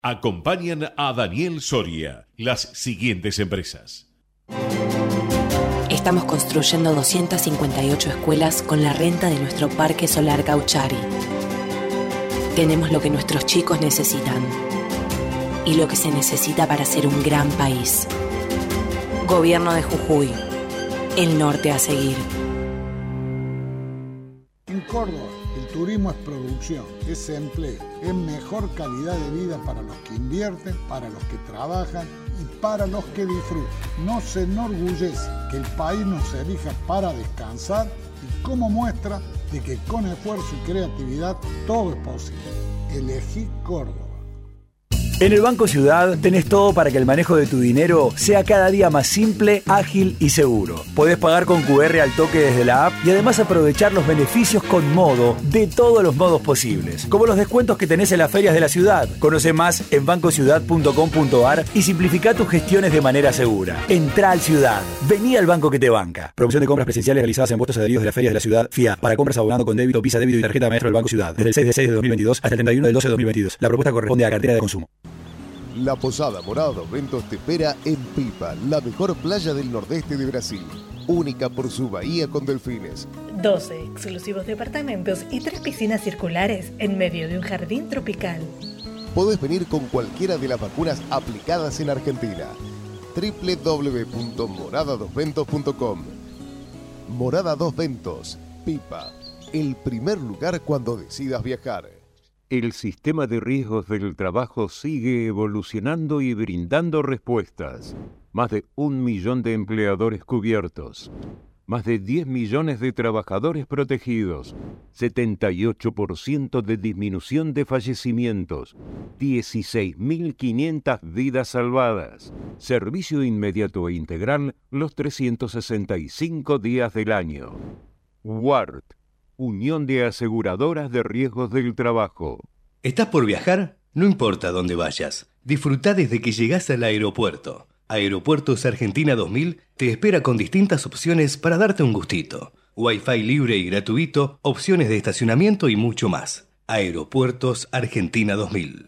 Acompañan a Daniel Soria las siguientes empresas. Estamos construyendo 258 escuelas con la renta de nuestro Parque Solar Gauchari. Tenemos lo que nuestros chicos necesitan y lo que se necesita para ser un gran país. Gobierno de Jujuy. El norte a seguir. En Córdoba, el turismo es producción, es empleo, es mejor calidad de vida para los que invierten, para los que trabajan y para los que disfrutan. Nos enorgullece que el país nos elija para descansar y como muestra de que con esfuerzo y creatividad todo es posible. Elegí Córdoba. En el Banco Ciudad tenés todo para que el manejo de tu dinero sea cada día más simple, ágil y seguro. Podés pagar con QR al toque desde la app y además aprovechar los beneficios con Modo de todos los modos posibles, como los descuentos que tenés en las ferias de la ciudad. Conoce más en bancociudad.com.ar y simplifica tus gestiones de manera segura. Entrá al Ciudad. Vení al banco que te banca. Promoción de compras presenciales realizadas en puestos adheridos de las ferias de la ciudad FIA para compras abonando con débito, Visa, débito y tarjeta maestro del Banco Ciudad. Desde el 6 de 2022 hasta el 31 del 12 de 2022. La propuesta corresponde a cartera de consumo. La Posada Morada dos Ventos te espera en Pipa, la mejor playa del nordeste de Brasil. Única por su bahía con delfines. 12 exclusivos departamentos y 3 piscinas circulares en medio de un jardín tropical. Podés venir con cualquiera de las vacunas aplicadas en Argentina. www.moradadosventos.com. Morada Dos Ventos, Pipa. El primer lugar cuando decidas viajar. El sistema de riesgos del trabajo sigue evolucionando y brindando respuestas. Más de 1 millón de empleadores cubiertos. Más de 10 millones de trabajadores protegidos. 78% de disminución de fallecimientos. 16.500 vidas salvadas. Servicio inmediato e integral los 365 días del año. WART. Unión de Aseguradoras de Riesgos del Trabajo. ¿Estás por viajar? No importa dónde vayas. Disfruta desde que llegás al aeropuerto. Aeropuertos Argentina 2000 te espera con distintas opciones para darte un gustito. Wi-Fi libre y gratuito, opciones de estacionamiento y mucho más. Aeropuertos Argentina 2000.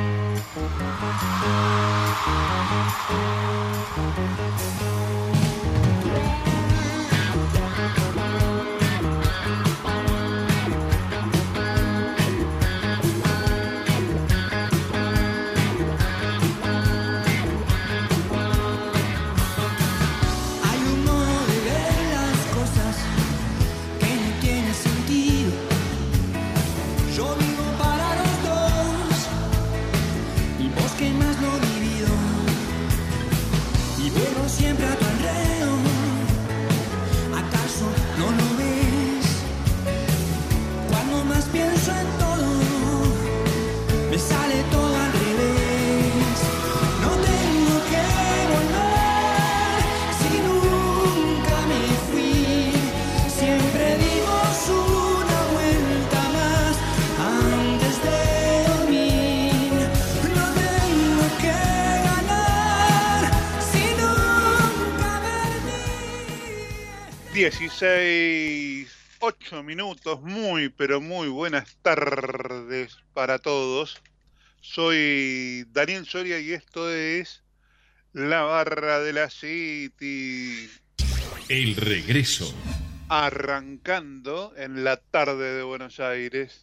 Ocho minutos, muy pero muy buenas tardes para todos. Soy Daniel Soria y esto es La Barra de la City. El regreso. Arrancando en la tarde de Buenos Aires.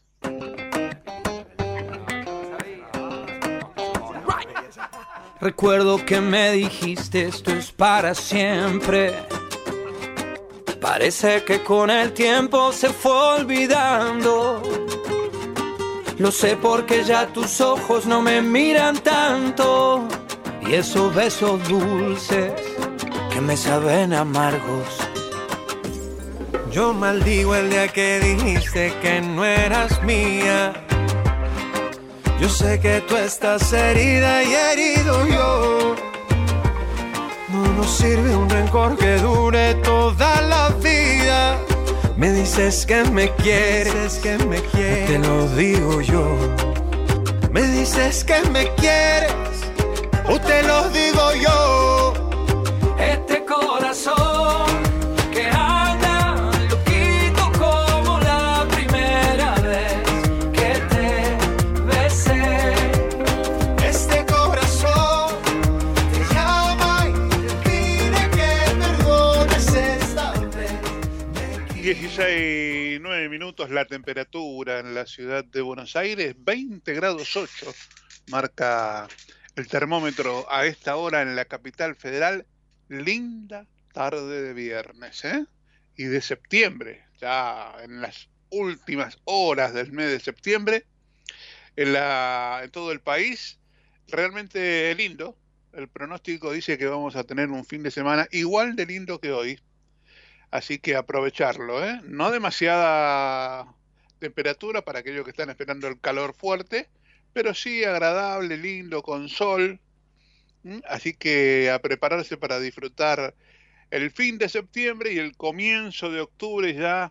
Recuerdo que me dijiste esto es para siempre. Parece que con el tiempo se fue olvidando. Lo sé porque ya tus ojos no me miran tanto. Y esos besos dulces que me saben amargos. Yo maldigo el día que dijiste que no eras mía. Yo sé que tú estás herida y herido yo. No nos sirve un rencor que dure toda la vida. Me dices que me quieres, te lo digo yo. Me dices que me quieres, o te lo digo yo. Este corazón que anda loquito como la primera vez que te besé. Es 16, 9 minutos la temperatura en la ciudad de Buenos Aires, 20 grados 8, marca el termómetro a esta hora en la capital federal. Linda tarde de viernes, y de septiembre, ya en las últimas horas del mes de septiembre, en todo el país, realmente lindo. El pronóstico dice que vamos a tener un fin de semana igual de lindo que hoy. Así que aprovecharlo, No demasiada temperatura para aquellos que están esperando el calor fuerte, pero sí agradable, lindo, con sol. Así que a prepararse para disfrutar el fin de septiembre y el comienzo de octubre ya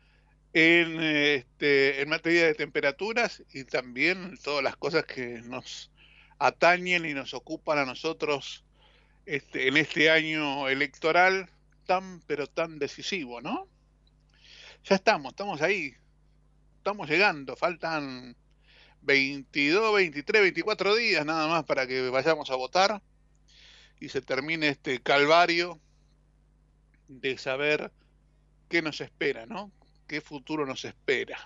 en materia de temperaturas y también todas las cosas que nos atañen y nos ocupan a nosotros en este año electoral pero tan decisivo, ¿no? Ya estamos ahí, estamos llegando, faltan 22, 23, 24 días nada más para que vayamos a votar y se termine este calvario de saber qué nos espera, ¿no? ¿Qué futuro nos espera?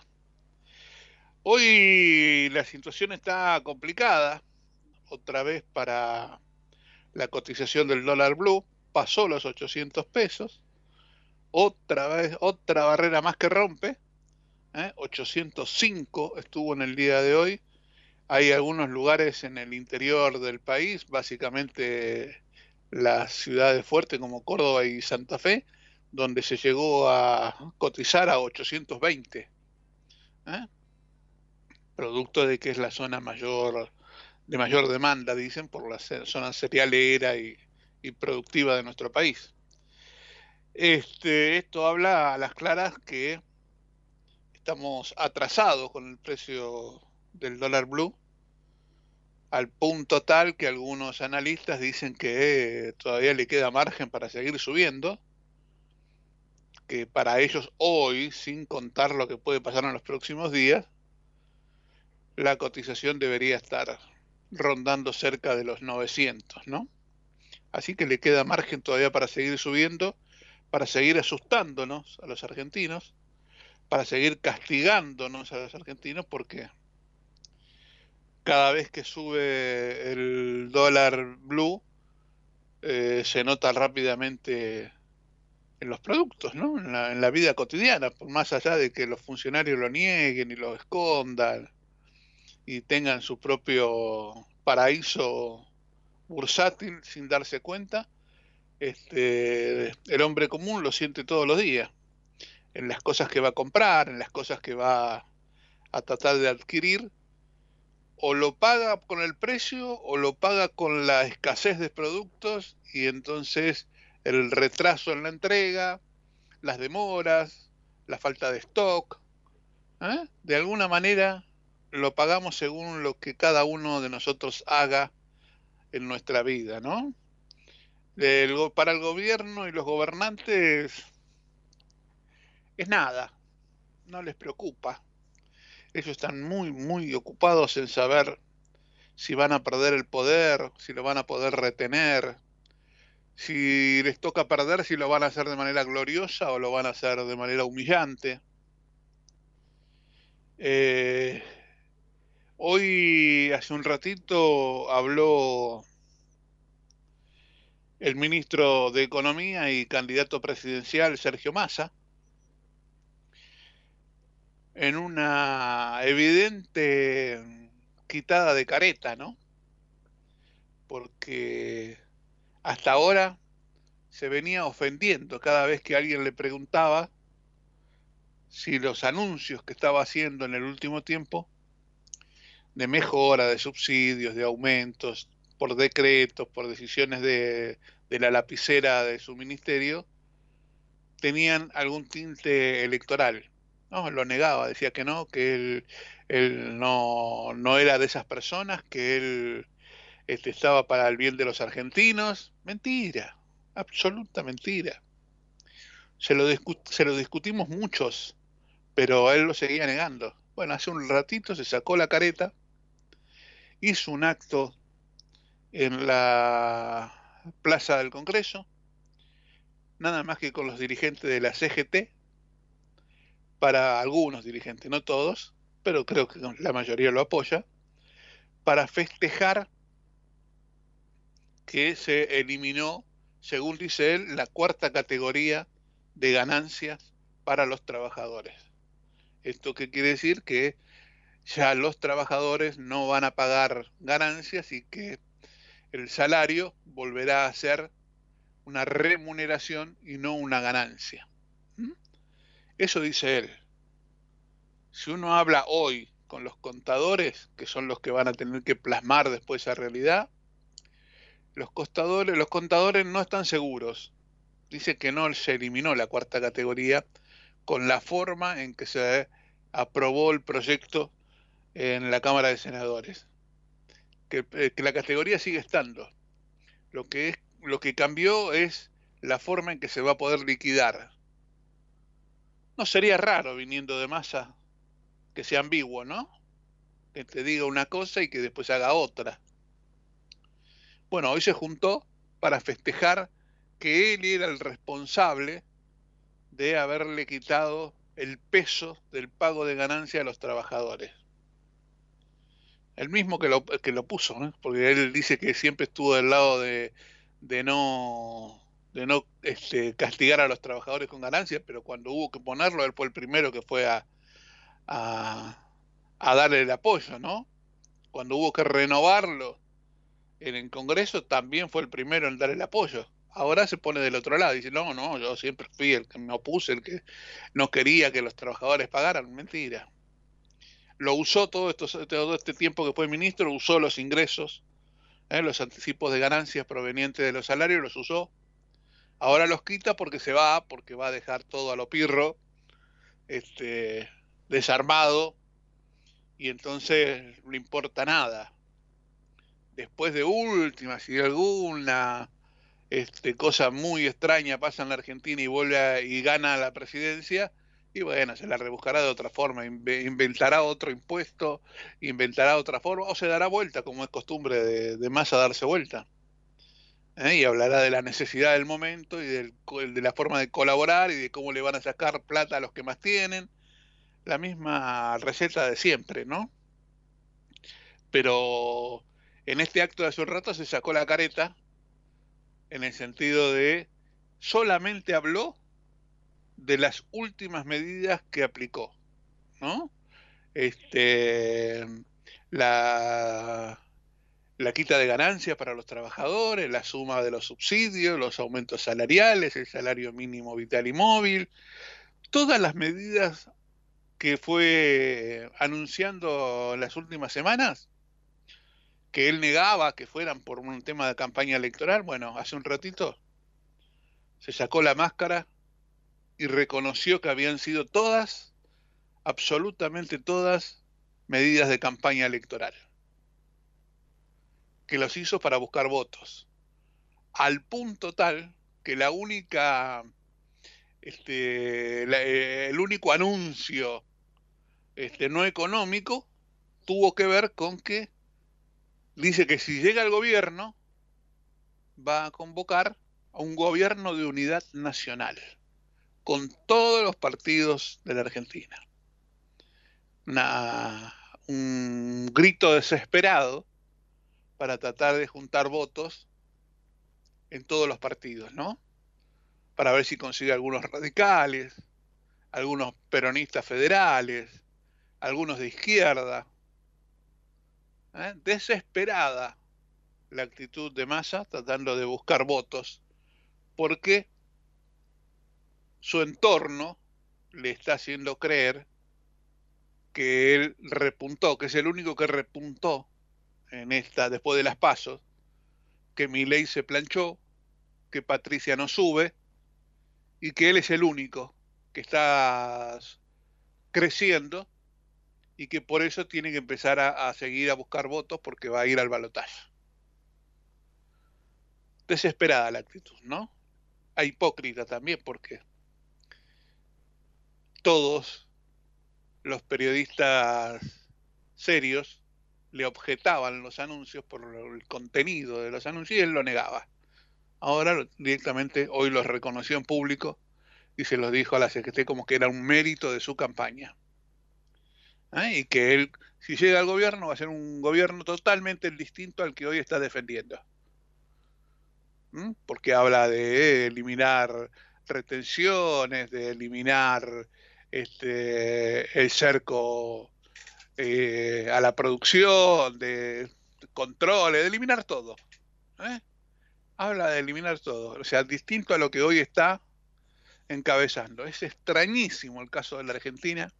Hoy la situación está complicada, otra vez para la cotización del dólar blue. Pasó los 800 pesos, otra vez, otra barrera más que rompe, 805 estuvo en el día de hoy. Hay algunos lugares en el interior del país, básicamente las ciudades fuertes como Córdoba y Santa Fe, donde se llegó a cotizar a 820, producto de que es la zona de mayor demanda, dicen, por la zona cerealera y productiva de nuestro país. Esto habla a las claras que estamos atrasados con el precio del dólar blue, al punto tal que algunos analistas dicen que todavía le queda margen para seguir subiendo, que para ellos hoy, sin contar lo que puede pasar en los próximos días, la cotización debería estar rondando cerca de los 900, ¿no? Así que le queda margen todavía para seguir subiendo, para seguir asustándonos a los argentinos, para seguir castigándonos a los argentinos, porque cada vez que sube el dólar blue se nota rápidamente en los productos, ¿no? En la vida cotidiana, por más allá de que los funcionarios lo nieguen y lo escondan y tengan su propio paraíso bursátil sin darse cuenta, el hombre común lo siente todos los días, en las cosas que va a comprar, en las cosas que va a tratar de adquirir, o lo paga con el precio o lo paga con la escasez de productos, y entonces el retraso en la entrega, las demoras, la falta de stock, de alguna manera lo pagamos según lo que cada uno de nosotros haga en nuestra vida, ¿no? Para el gobierno y los gobernantes es nada, no les preocupa. Ellos están muy, muy ocupados en saber si van a perder el poder, si lo van a poder retener, si les toca perder, si lo van a hacer de manera gloriosa o lo van a hacer de manera humillante. Hoy, hace un ratito, habló el ministro de Economía y candidato presidencial Sergio Massa, en una evidente quitada de careta, ¿no? Porque hasta ahora se venía ofendiendo cada vez que alguien le preguntaba si los anuncios que estaba haciendo en el último tiempo de mejora, de subsidios, de aumentos, por decretos, por decisiones de la lapicera de su ministerio, tenían algún tinte electoral. No, lo negaba, decía que no, que él no era de esas personas, que él estaba para el bien de los argentinos. Mentira, absoluta mentira. Se lo discutimos muchos, pero él lo seguía negando. Bueno, hace un ratito se sacó la careta, hizo un acto en la Plaza del Congreso, nada más que con los dirigentes de la CGT, para algunos dirigentes, no todos, pero creo que la mayoría lo apoya, para festejar que se eliminó, según dice él, la 4ª categoría de ganancias para los trabajadores. ¿Esto qué quiere decir? Que ya los trabajadores no van a pagar ganancias y que el salario volverá a ser una remuneración y no una ganancia. Eso dice él. Si uno habla hoy con los contadores, que son los que van a tener que plasmar después esa realidad, los contadores no están seguros. Dice que no se eliminó la 4ª categoría con la forma en que se aprobó el proyecto en la Cámara de Senadores. Que la categoría sigue estando. Lo que cambió es la forma en que se va a poder liquidar. No sería raro, viniendo de Massa, que sea ambiguo, ¿no? Que te diga una cosa y que después haga otra. Bueno, hoy se juntó para festejar que él era el responsable de haberle quitado el peso del pago de ganancia a los trabajadores. El mismo que lo puso, ¿no? Porque él dice que siempre estuvo del lado de no castigar a los trabajadores con ganancias, pero cuando hubo que ponerlo, él fue el primero que fue a darle el apoyo, ¿no? Cuando hubo que renovarlo en el Congreso, también fue el primero en dar el apoyo. Ahora se pone del otro lado, dice, no, yo siempre fui el que me opuse, el que no quería que los trabajadores pagaran. Mentira. Lo usó todo este tiempo que fue ministro, usó los ingresos, los anticipos de ganancias provenientes de los salarios, los usó. Ahora los quita porque va a dejar todo a lo pirro, desarmado, y entonces no le importa nada. Después de última, si alguna cosa muy extraña pasa en la Argentina y gana la presidencia, y bueno, se la rebuscará de otra forma, inventará otro impuesto, inventará otra forma, o se dará vuelta, como es costumbre de Massa darse vuelta. Y hablará de la necesidad del momento y de la forma de colaborar y de cómo le van a sacar plata a los que más tienen. La misma receta de siempre, ¿no? Pero en este acto de hace un rato se sacó la careta en el sentido de solamente habló de las últimas medidas que aplicó, ¿no? La quita de ganancias para los trabajadores, la suma de los subsidios, los aumentos salariales, el salario mínimo vital y móvil, todas las medidas que fue anunciando en las últimas semanas, que él negaba que fueran por un tema de campaña electoral. Bueno, hace un ratito se sacó la máscara y reconoció que habían sido todas, absolutamente todas, medidas de campaña electoral, que los hizo para buscar votos, al punto tal que el único anuncio no económico tuvo que ver con que dice que si llega al gobierno va a convocar a un gobierno de unidad nacional con todos los partidos de la Argentina. Un grito desesperado para tratar de juntar votos en todos los partidos, ¿no? Para ver si consigue algunos radicales, algunos peronistas federales, algunos de izquierda. Desesperada la actitud de Massa tratando de buscar votos, porque su entorno le está haciendo creer que él repuntó, que es el único que repuntó después de las PASO, que Milei se planchó, que Patricia no sube y que él es el único que está creciendo y que por eso tiene que empezar a seguir a buscar votos porque va a ir al balotaje. Desesperada la actitud, ¿no? A hipócrita también, porque todos los periodistas serios le objetaban los anuncios por el contenido de los anuncios y él lo negaba. Ahora directamente hoy los reconoció en público y se lo dijo a la CGT como que era un mérito de su campaña. Y que él, si llega al gobierno, va a ser un gobierno totalmente distinto al que hoy está defendiendo. Porque habla de eliminar retenciones, de eliminar el cerco a la producción, de controles, de eliminar todo. Habla de eliminar todo, o sea, distinto a lo que hoy está encabezando. Es extrañísimo el caso de la Argentina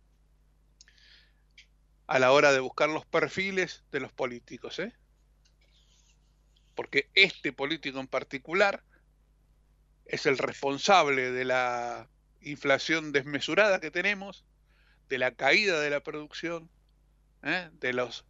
a la hora de buscar los perfiles de los políticos, porque este político en particular es el responsable de la inflación desmesurada que tenemos, de la caída de la producción, de los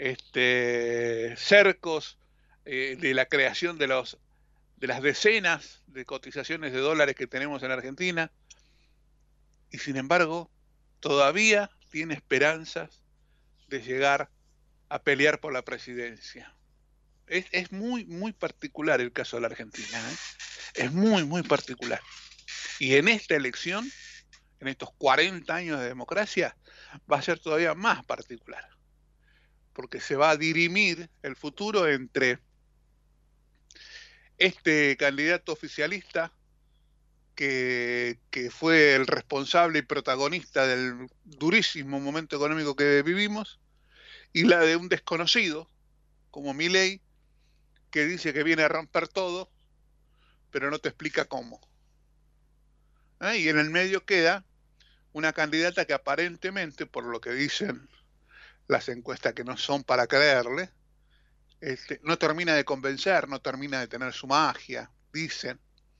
cercos, de la creación de las decenas de cotizaciones de dólares que tenemos en Argentina, y sin embargo todavía tiene esperanzas de llegar a pelear por la presidencia. Es muy, muy particular el caso de la Argentina, es muy, muy particular. Y en esta elección, en estos 40 años de democracia, va a ser todavía más particular, porque se va a dirimir el futuro entre este candidato oficialista que fue el responsable y protagonista del durísimo momento económico que vivimos, y la de un desconocido como Milei, que dice que viene a romper todo, pero no te explica cómo. Y en el medio queda una candidata que aparentemente, por lo que dicen las encuestas que no son para creerle, no termina de convencer, no termina de tener su magia, dicen.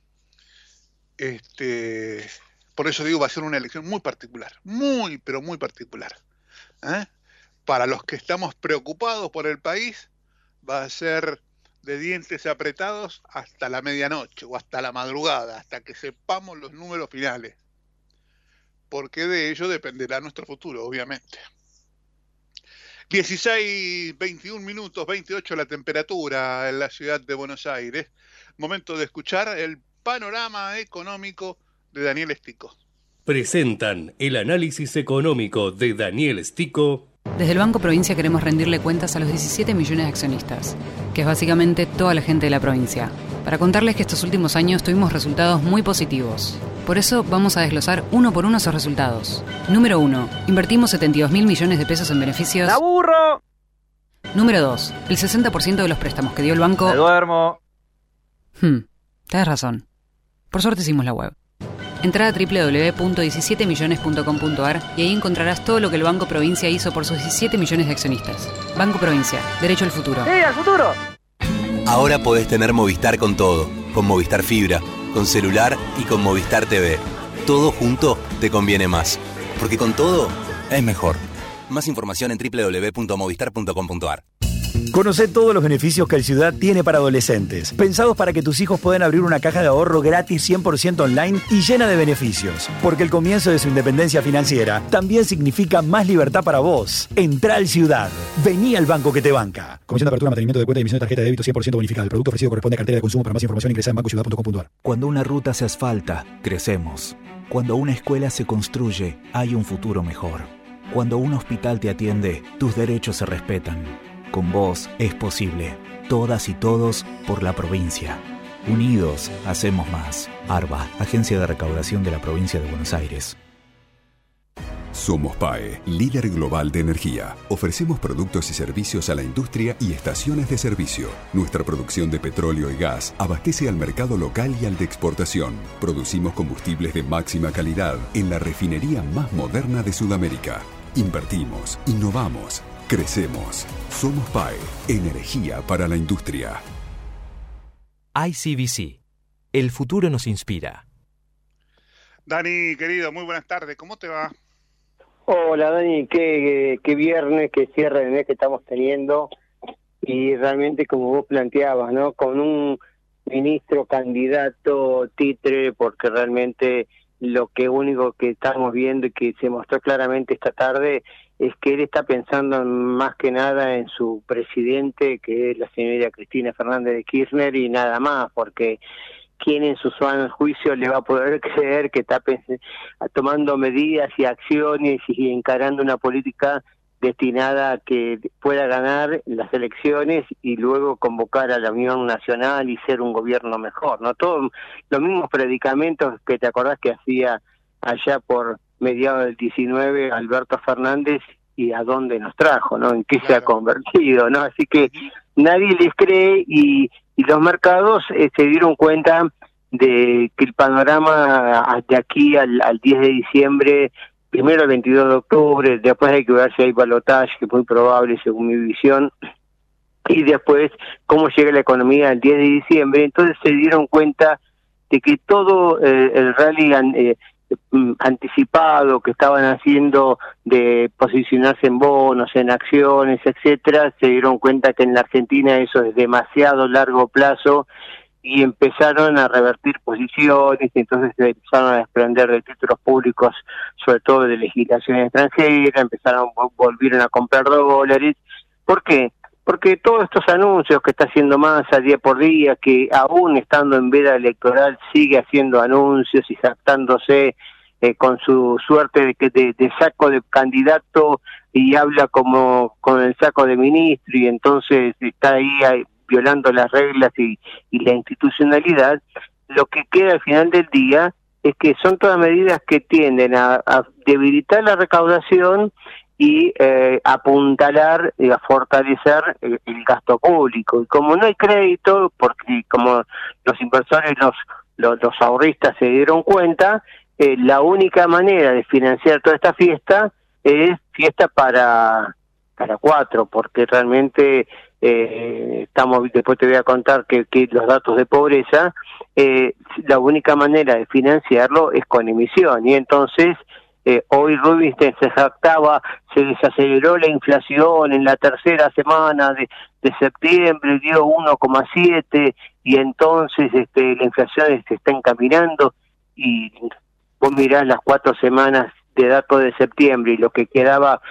Por eso digo, va a ser una elección muy particular, muy, pero muy particular. Para los que estamos preocupados por el país, va a ser de dientes apretados hasta la medianoche o hasta la madrugada, hasta que sepamos los números finales, porque de ello dependerá nuestro futuro, obviamente. 16, 21 minutos, 28 la temperatura en la ciudad de Buenos Aires. Momento de escuchar el panorama económico de Daniel Stico. Presentan el análisis económico de Daniel Stico. Desde el Banco Provincia queremos rendirle cuentas a los 17 millones de accionistas, que es básicamente toda la gente de la provincia, para contarles que estos últimos años tuvimos resultados muy positivos. Por eso vamos a desglosar uno por uno esos resultados. Número 1. Invertimos 72.000 millones de pesos en beneficios. ¡La burro! Número 2. El 60% de los préstamos que dio el banco... ¡Me duermo! Tienes razón. Por suerte hicimos la web. Entrá a www.17millones.com.ar y ahí encontrarás todo lo que el Banco Provincia hizo por sus 17 millones de accionistas. Banco Provincia, derecho al futuro. ¡Sí, al futuro! Ahora podés tener Movistar con todo. Con Movistar Fibra, con celular y con Movistar TV. Todo junto te conviene más. Porque con todo es mejor. Más información en www.movistar.com.ar. Conocé todos los beneficios que el Ciudad tiene para adolescentes, pensados para que tus hijos puedan abrir una caja de ahorro gratis 100% online y llena de beneficios. Porque el comienzo de su independencia financiera también significa más libertad para vos. Entrá al Ciudad. Vení al banco que te banca. Comisión de apertura, mantenimiento de cuenta y emisión de tarjeta de débito 100% bonificada. El producto ofrecido corresponde a cartera de consumo. Para más información ingresa en bancociudad.com.ar. Cuando una ruta se asfalta, crecemos. Cuando una escuela se construye, hay un futuro mejor. Cuando un hospital te atiende, tus derechos se respetan. Con vos es posible. Todas y todos por la provincia. Unidos hacemos más. ARBA, Agencia de Recaudación de la Provincia de Buenos Aires. Somos PAE, líder global de energía. Ofrecemos productos y servicios a la industria y estaciones de servicio. Nuestra producción de petróleo y gas abastece al mercado local y al de exportación. Producimos combustibles de máxima calidad en la refinería más moderna de Sudamérica. Invertimos, innovamos, crecemos. Somos PAE, energía para la industria. ICBC. El futuro nos inspira. Dani, querido, muy buenas tardes. ¿Cómo te va? Hola, Dani. Qué viernes, qué cierre de mes que estamos teniendo. Y realmente, como vos planteabas, ¿no? Con un ministro candidato títere, porque realmente lo único que estamos viendo y que se mostró claramente esta tarde es que él está pensando más que nada en su presidente, que es la señora Cristina Fernández de Kirchner, y nada más, porque ¿quién en su sano juicio le va a poder creer que está tomando medidas y acciones y encarando una política destinada a que pueda ganar las elecciones y luego convocar a la Unión Nacional y ser un gobierno mejor, ¿no? Todos los mismos predicamentos que te acordás que hacía allá por mediados del 19 Alberto Fernández, y a dónde nos trajo, ¿no? En qué se ha convertido, ¿no? Así que nadie les cree y los mercados se dieron cuenta de que el panorama de aquí al 10 de diciembre, primero el 22 de octubre, después hay que ver si hay balotaje, que es muy probable según mi visión, y después cómo llega la economía el 10 de diciembre. Entonces se dieron cuenta de que todo el rally anticipado que estaban haciendo de posicionarse en bonos, en acciones, etcétera, se dieron cuenta que en la Argentina eso es demasiado largo plazo y empezaron a revertir posiciones, y entonces se empezaron a desprender de títulos públicos, sobre todo de legislación extranjera, volvieron a comprar dólares. ¿Por qué? Porque todos estos anuncios que está haciendo Massa día por día, que aún estando en veda electoral sigue haciendo anuncios y jactándose con su suerte de saco de candidato y habla como con el saco de ministro, y entonces está ahí violando las reglas y la institucionalidad, lo que queda al final del día es que son todas medidas que tienden a debilitar la recaudación y apuntalar y a fortalecer el gasto público. Y como no hay crédito, porque como los inversores, los ahorristas se dieron cuenta, la única manera de financiar toda esta fiesta es fiesta para cuatro, porque realmente después te voy a contar que los datos de pobreza, la única manera de financiarlo es con emisión, y entonces hoy Rubinstein se jactaba, se desaceleró la inflación en la tercera semana de septiembre, dio 1,7, y entonces la inflación se está encaminando, y vos mirás las 4 semanas de datos de septiembre y lo que quedaba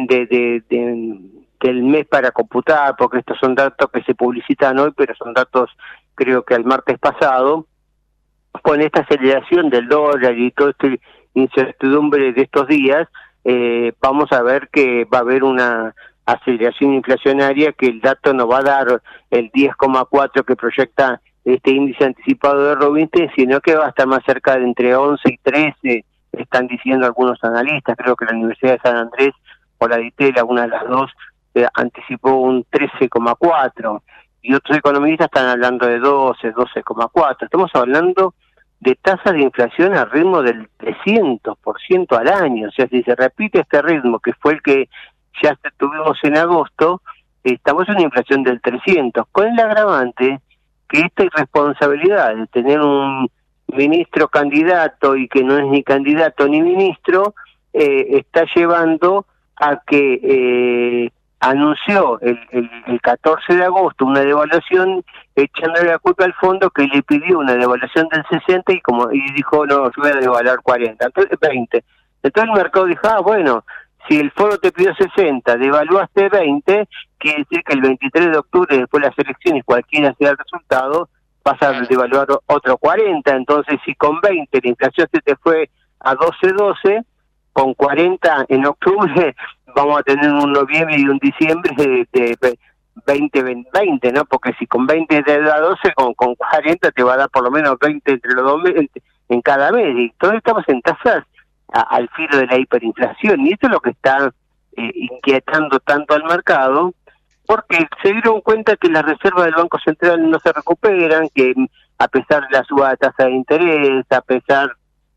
del mes para computar, porque estos son datos que se publicitan hoy, pero son datos creo que el martes pasado, con esta aceleración del dólar y toda esta incertidumbre de estos días, vamos a ver que va a haber una aceleración inflacionaria, que el dato nos va a dar el 10,4 que proyecta este índice anticipado de Rubinstein, sino que va a estar más cerca de entre 11 y 13, están diciendo algunos analistas. Creo que la Universidad de San Andrés o la de Itela, una de las dos, anticipó un 13,4, y otros economistas están hablando de 12, 12,4. Estamos hablando de tasas de inflación al ritmo del 300% al año. O sea, si se repite este ritmo, que fue el que ya tuvimos en agosto, estamos en una inflación del 300, con el agravante que esta irresponsabilidad de tener un ministro candidato y que no es ni candidato ni ministro, está llevando a que anunció el 14 de agosto una devaluación, echándole la culpa al fondo, que le pidió una devaluación del 60 y dijo, no, yo voy a devaluar 40, entonces 20. Entonces el mercado dijo, bueno, si el fondo te pidió 60, devaluaste 20, quiere decir que el 23 de octubre, después de las elecciones, cualquiera sea el resultado, vas a devaluar otro 40. Entonces, si con 20 la inflación se te fue a 12, con 40 en octubre vamos a tener un noviembre y un diciembre de 20, ¿no? Porque si con 20 te da 12, con 40 te va a dar por lo menos 20 entre los dos meses en cada mes. Y todos estamos en tasas al filo de la hiperinflación, y esto es lo que está inquietando tanto al mercado, porque se dieron cuenta que las reservas del Banco Central no se recuperan, que a pesar de la suba de tasa de interés, a pesar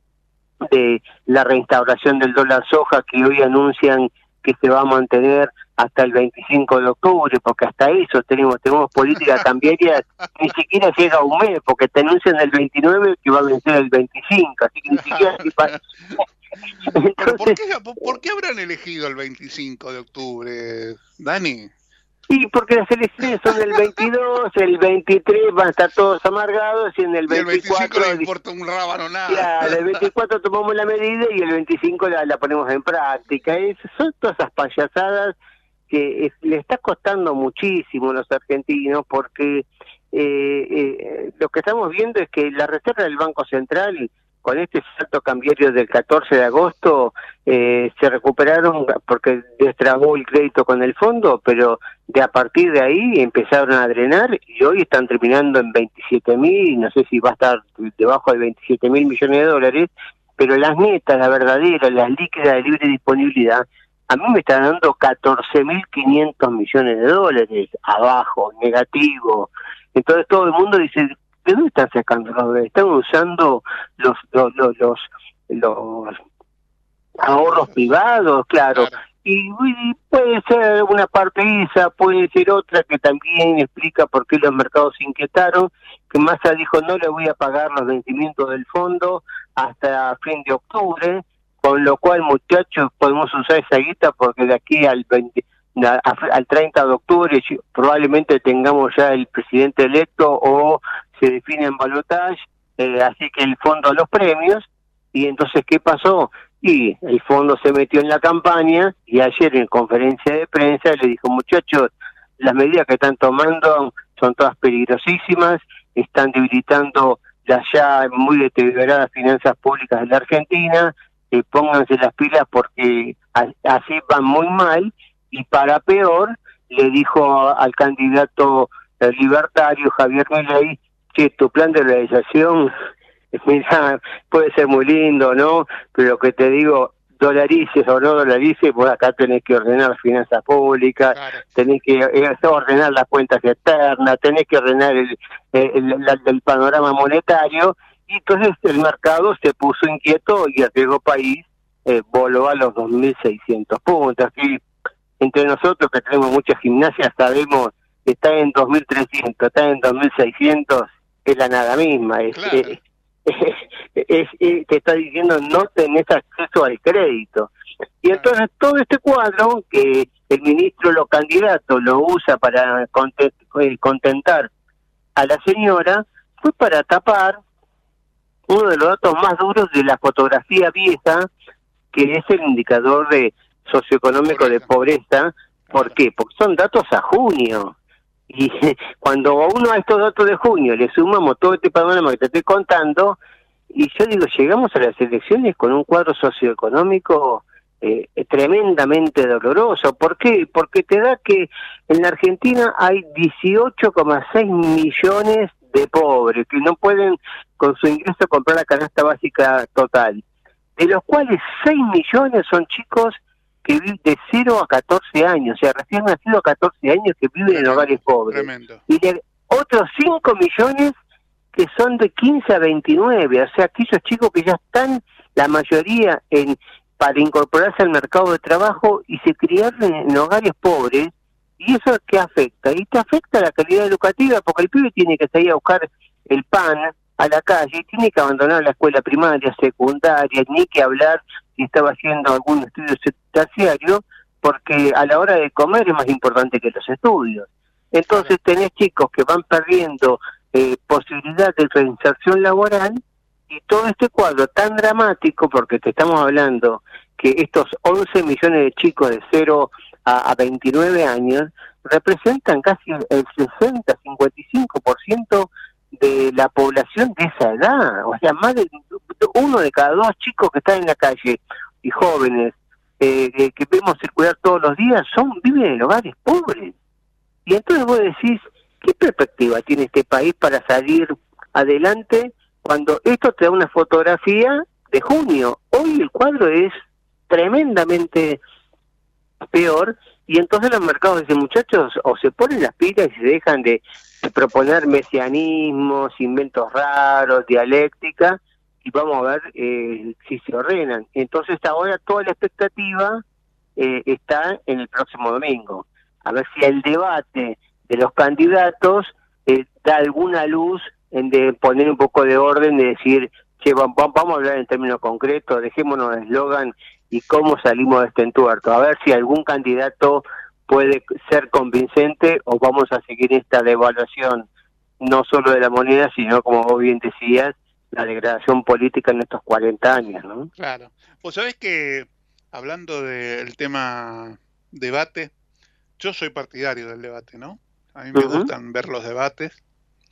de la reinstauración del dólar soja, que hoy anuncian que se va a mantener hasta el 25 de octubre, porque hasta eso tenemos política cambiaria, ni siquiera llega a un mes, porque te anuncian el 29 que va a vencer el 25, así que ni siquiera... Entonces, ¿por qué habrán elegido el 25 de octubre, Dani? Y porque las elecciones son el 22, el 23 van a estar todos amargados, y en el 24... Y el 25 no importa un rábano nada. Claro, el 24 tomamos la medida y el 25 la ponemos en práctica. Son todas esas payasadas que le está costando muchísimo a los argentinos, porque lo que estamos viendo es que la reserva del Banco Central, con este salto cambiario del 14 de agosto, se recuperaron porque destrabó el crédito con el fondo, pero a partir de ahí empezaron a drenar y hoy están terminando en 27.000, no sé si va a estar debajo de 27.000 millones de dólares, pero las netas, la verdadera, las líquidas de libre disponibilidad, a mí me están dando 14.500 millones de dólares abajo, negativo. Entonces todo el mundo dice, ¿de dónde están sacando los dólares? Están usando los ahorros privados, claro. Y puede ser una parte esa, puede ser otra que también explica por qué los mercados se inquietaron, que Massa dijo no le voy a pagar los vencimientos del fondo hasta fin de octubre, con lo cual, muchachos, podemos usar esa guita porque de aquí al 30 de octubre probablemente tengamos ya el presidente electo o se define en balotaje, así que el fondo a los premios. Y entonces, ¿qué pasó? Y el fondo se metió en la campaña y ayer en conferencia de prensa le dijo, muchachos, las medidas que están tomando son todas peligrosísimas, están debilitando las ya muy deterioradas finanzas públicas de la Argentina, pónganse las pilas porque así van muy mal. Y para peor, le dijo al candidato libertario Javier Milei, que tu plan de realización, mira, puede ser muy lindo, ¿no? Pero lo que te digo, dolarices o no dolarices, vos acá tenés que ordenar las finanzas públicas, tenés que ordenar las cuentas externas, tenés que ordenar el panorama monetario, y entonces el mercado se puso inquieto y el riesgo país voló a los 2.600 puntos. Aquí, entre nosotros que tenemos muchas gimnasias, sabemos que está en 2.300, está en 2.600, es la nada misma, te está diciendo no tenés acceso al crédito. Y entonces todo este cuadro que el ministro, los candidatos lo usa para contentar a la señora, fue para tapar uno de los datos más duros de la fotografía vieja, que es el indicador de socioeconómico de pobreza. ¿Por qué? Porque son datos a junio. Y cuando uno a estos datos de junio le sumamos todo este panorama que te estoy contando, y yo digo, llegamos a las elecciones con un cuadro socioeconómico tremendamente doloroso. ¿Por qué? Porque te da que en la Argentina hay 18,6 millones de pobres que no pueden con su ingreso comprar la canasta básica total, de los cuales 6 millones son chicos que viven de 0 a 14 años, o sea, recién nacidos a 14 años que viven en hogares pobres. Tremendo. Y de otros 5 millones que son de 15 a 29, o sea, aquellos chicos que ya están, la mayoría, para incorporarse al mercado de trabajo y se criaron en hogares pobres. ¿Y eso qué afecta? Y te afecta la calidad educativa, porque el pibe tiene que salir a buscar el pan a la calle, tiene que abandonar la escuela primaria, secundaria, ni que hablar si estaba haciendo algún estudio terciario, porque a la hora de comer es más importante que los estudios. Entonces tenés chicos que van perdiendo posibilidad de reinserción laboral, y todo este cuadro tan dramático, porque te estamos hablando que estos 11 millones de chicos de 0 a 29 años representan casi el 60-55% de la población de esa edad. O sea, más de 1 de cada 2 chicos que están en la calle y jóvenes que vemos circular todos los días viven en hogares pobres. Y entonces vos decís, ¿qué perspectiva tiene este país para salir adelante cuando esto te da una fotografía de junio? Hoy el cuadro es tremendamente peor, y entonces los mercados dicen, muchachos, o se ponen las pilas y se dejan de proponer mesianismos, inventos raros, dialéctica, y vamos a ver si se ordenan. Entonces ahora toda la expectativa está en el próximo domingo, a ver si el debate de los candidatos da alguna luz en de poner un poco de orden, de decir, che, vamos a hablar en términos concretos, dejémonos de eslogan y cómo salimos de este entuerto, a ver si algún candidato puede ser convincente, o vamos a seguir esta devaluación no solo de la moneda, sino, como vos bien decías, la degradación política en estos 40 años, ¿no? Claro. Vos sabés que, hablando del tema debate, yo soy partidario del debate, ¿no? A mí me gustan ver los debates,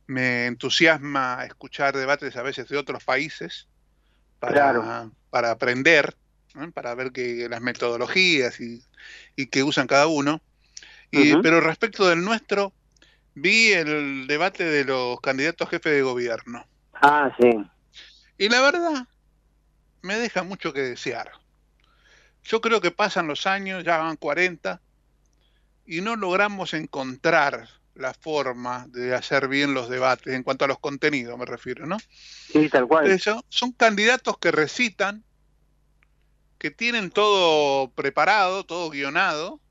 me entusiasma escuchar debates a veces de otros países para aprender, ¿no? Para ver las metodologías y que usan cada uno. Pero respecto del nuestro, vi el debate de los candidatos a jefe de gobierno. Ah, sí. Y la verdad, me deja mucho que desear. Yo creo que pasan los años, ya van 40, y no logramos encontrar la forma de hacer bien los debates, en cuanto a los contenidos me refiero, ¿no? Sí, tal cual. Eso, son candidatos que recitan, que tienen todo preparado, todo guionado,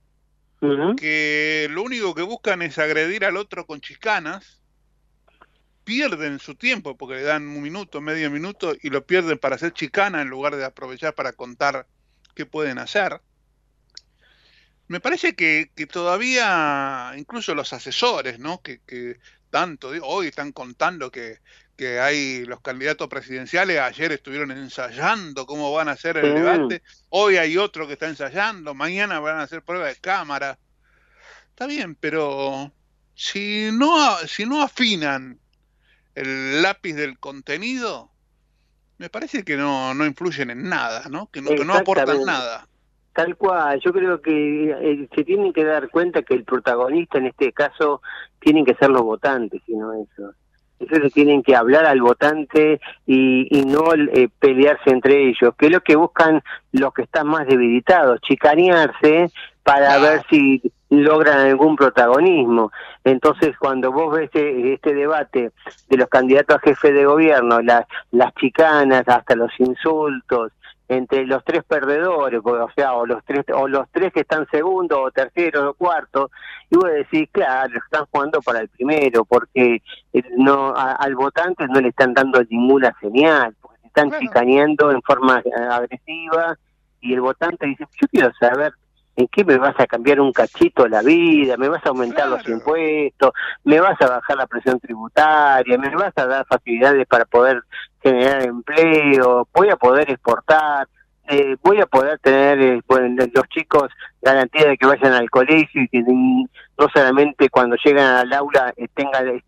que lo único que buscan es agredir al otro con chicanas, pierden su tiempo porque le dan un minuto, medio minuto y lo pierden para hacer chicana en lugar de aprovechar para contar qué pueden hacer. Me parece que todavía, incluso los asesores, ¿no? que tanto hoy están contando que hay los candidatos presidenciales, ayer estuvieron ensayando cómo van a hacer el debate, hoy hay otro que está ensayando, mañana van a hacer prueba de cámara. Está bien, pero si no afinan el lápiz del contenido, me parece que no influyen en nada, ¿no? Que no aportan nada. Tal cual, yo creo que se tienen que dar cuenta que el protagonista en este caso tienen que ser los votantes, sino eso. Ellos le tienen que hablar al votante y no pelearse entre ellos, que es lo que buscan los que están más debilitados, chicanearse para ver si logran algún protagonismo. Entonces, cuando vos ves este debate de los candidatos a jefe de gobierno, las chicanas, hasta los insultos, entre los tres perdedores, o los tres que están segundo o tercero o cuarto, y vos decís, claro, están jugando para el primero, porque al votante no le están dando ninguna señal, porque se están chicaneando en forma agresiva, y el votante dice, yo quiero saber ¿en qué me vas a cambiar un cachito la vida? ¿Me vas a aumentar los impuestos? ¿Me vas a bajar la presión tributaria? ¿Me vas a dar facilidades para poder generar empleo? ¿Voy a poder exportar? ¿Voy a poder tener los chicos garantía de que vayan al colegio y que no solamente cuando llegan al aula esté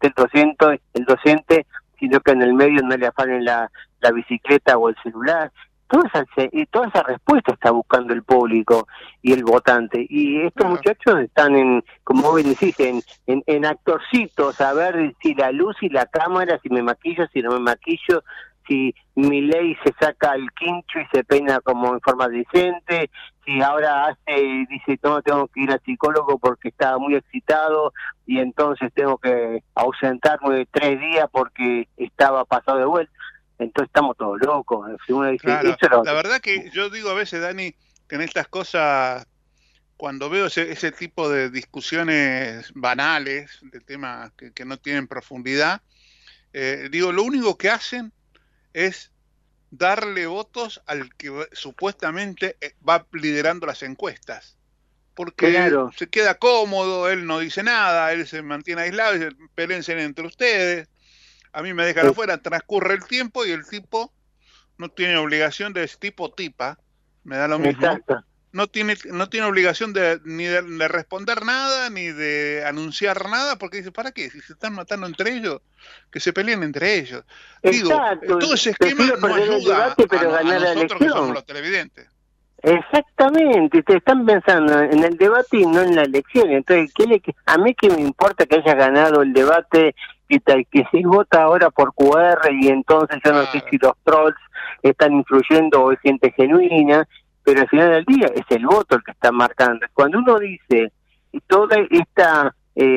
el docente, sino que en el medio no le afanen la bicicleta o el celular? Toda esa respuesta está buscando el público y el votante. Y estos muchachos están como vos decís, en actorcitos, a ver si la luz y la cámara, si me maquillo, si no me maquillo, si Milei se saca el quincho y se peina como en forma decente, si ahora dice, no, tengo que ir al psicólogo porque estaba muy excitado y entonces tengo que ausentarme 3 días porque estaba pasado de vuelta. Entonces estamos todos locos. Si uno dice, la verdad que yo digo a veces, Dani, que en estas cosas, cuando veo ese tipo de discusiones banales, de temas que no tienen profundidad, digo, lo único que hacen es darle votos al que supuestamente va liderando las encuestas. Porque se queda cómodo, él no dice nada, él se mantiene aislado, y se peleen entre ustedes. A mí me dejan afuera, transcurre el tiempo y el tipo no tiene obligación de ese tipo tipa, me da lo mismo. Exacto. No tiene obligación ni de responder nada, ni de anunciar nada, porque dice, ¿para qué? Si se están matando entre ellos, que se peleen entre ellos. Exacto. Digo, todo ese esquema no ayuda a nosotros que somos los televidentes. Exactamente, te están pensando en el debate y no en la elección. Entonces, a mí que me importa que haya ganado el debate que se vota ahora por QR y entonces yo no sé si los trolls están influyendo o es gente genuina, pero al final del día es el voto el que está marcando. Cuando uno dice toda esta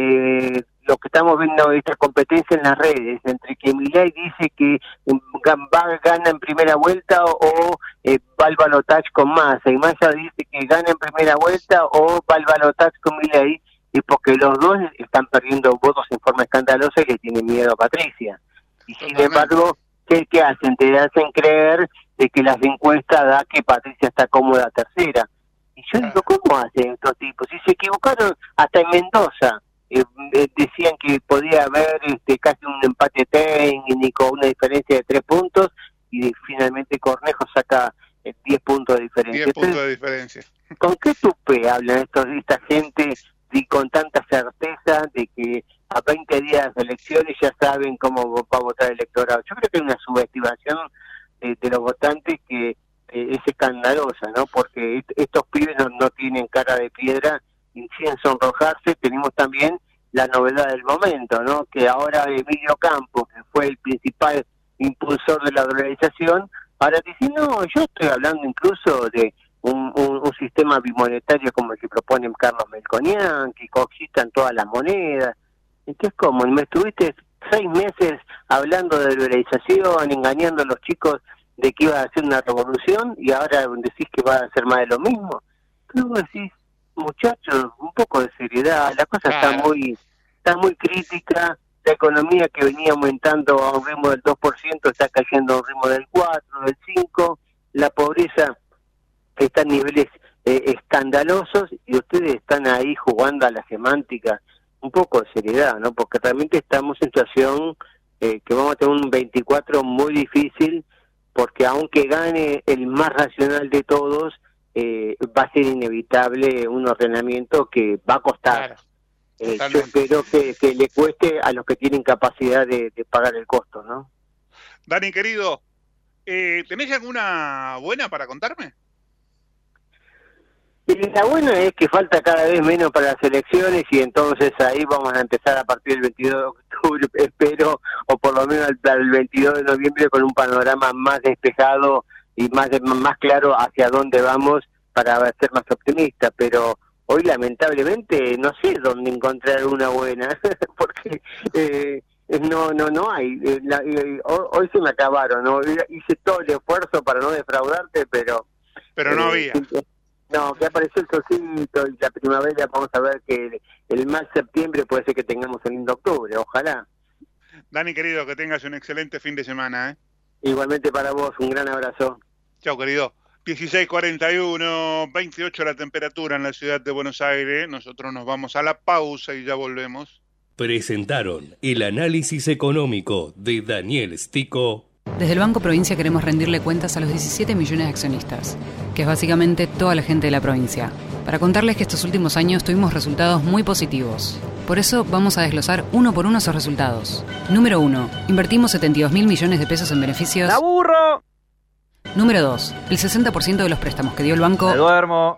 lo que estamos viendo, esta competencia en las redes entre que Milei dice que gana en primera vuelta o va al balotaje con Massa, y Massa dice que gana en primera vuelta o va al balotaje con Milei, y porque los dos están perdiendo votos en forma escandalosa y le tienen miedo a Patricia. Y sin embargo, ¿qué hacen? Te hacen creer de que las encuestas da que Patricia está cómoda tercera. Y yo digo, ¿cómo hacen estos tipos? Si se equivocaron hasta en Mendoza, decían que podía haber casi un empate técnico, una diferencia de 3 puntos, y finalmente Cornejo saca 10 puntos de diferencia. 10 puntos de diferencia. ¿Con qué tupe hablan esta gente y con tanta certeza de que a 20 días de elecciones ya saben cómo va a votar el electorado. Yo creo que hay una subestimación de los votantes que es escandalosa, ¿no? Porque estos pibes no tienen cara de piedra y sin sonrojarse. Tenemos también la novedad del momento, ¿no? Que ahora Emilio Campos, que fue el principal impulsor de la dolarización, ahora dice, no, yo estoy hablando incluso de un sistema bimonetario como el que propone Carlos Melconian, que coexistan todas las monedas. Entonces, ¿cómo? Me estuviste 6 meses hablando de dolarización, engañando a los chicos de que iba a hacer una revolución y ahora decís que va a hacer más de lo mismo. Luego decís, muchachos, un poco de seriedad, la cosa está muy crítica, la economía que venía aumentando a un ritmo del 2% está cayendo a un ritmo del 4%, del 5%, la pobreza está en niveles escandalosos y ustedes están ahí jugando a la semántica. Un poco de seriedad, ¿no? Porque realmente estamos en situación que vamos a tener un 24 muy difícil, porque aunque gane el más racional de todos, va a ser inevitable un ordenamiento que va a costar. Yo espero que le cueste a los que tienen capacidad de pagar el costo, ¿no? Dani, querido, ¿tenés alguna buena para contarme? Y la buena es que falta cada vez menos para las elecciones y entonces ahí vamos a empezar a partir del 22 de octubre, espero, o por lo menos al 22 de noviembre con un panorama más despejado y más claro hacia dónde vamos para ser más optimista, pero hoy lamentablemente no sé dónde encontrar una buena, porque no hay. Hoy se me acabaron, ¿no? Hice todo el esfuerzo para no defraudarte, pero no había. No, que apareció el solcito y la primavera, vamos a ver que el mal septiembre puede ser que tengamos el lindo octubre, ojalá. Dani, querido, que tengas un excelente fin de semana, ¿eh? Igualmente para vos, un gran abrazo. Chao, querido. 16:41, 28 la temperatura en la ciudad de Buenos Aires. Nosotros nos vamos a la pausa y ya volvemos. Presentaron el análisis económico de Daniel Stico. Desde el Banco Provincia queremos rendirle cuentas a los 17 millones de accionistas, que es básicamente toda la gente de la provincia, para contarles que estos últimos años tuvimos resultados muy positivos. Por eso vamos a desglosar uno por uno esos resultados. Número 1. Invertimos 72.000 millones de pesos en beneficios. ¡La burro! Número 2. El 60% de los préstamos que dio el banco... ¡Me duermo!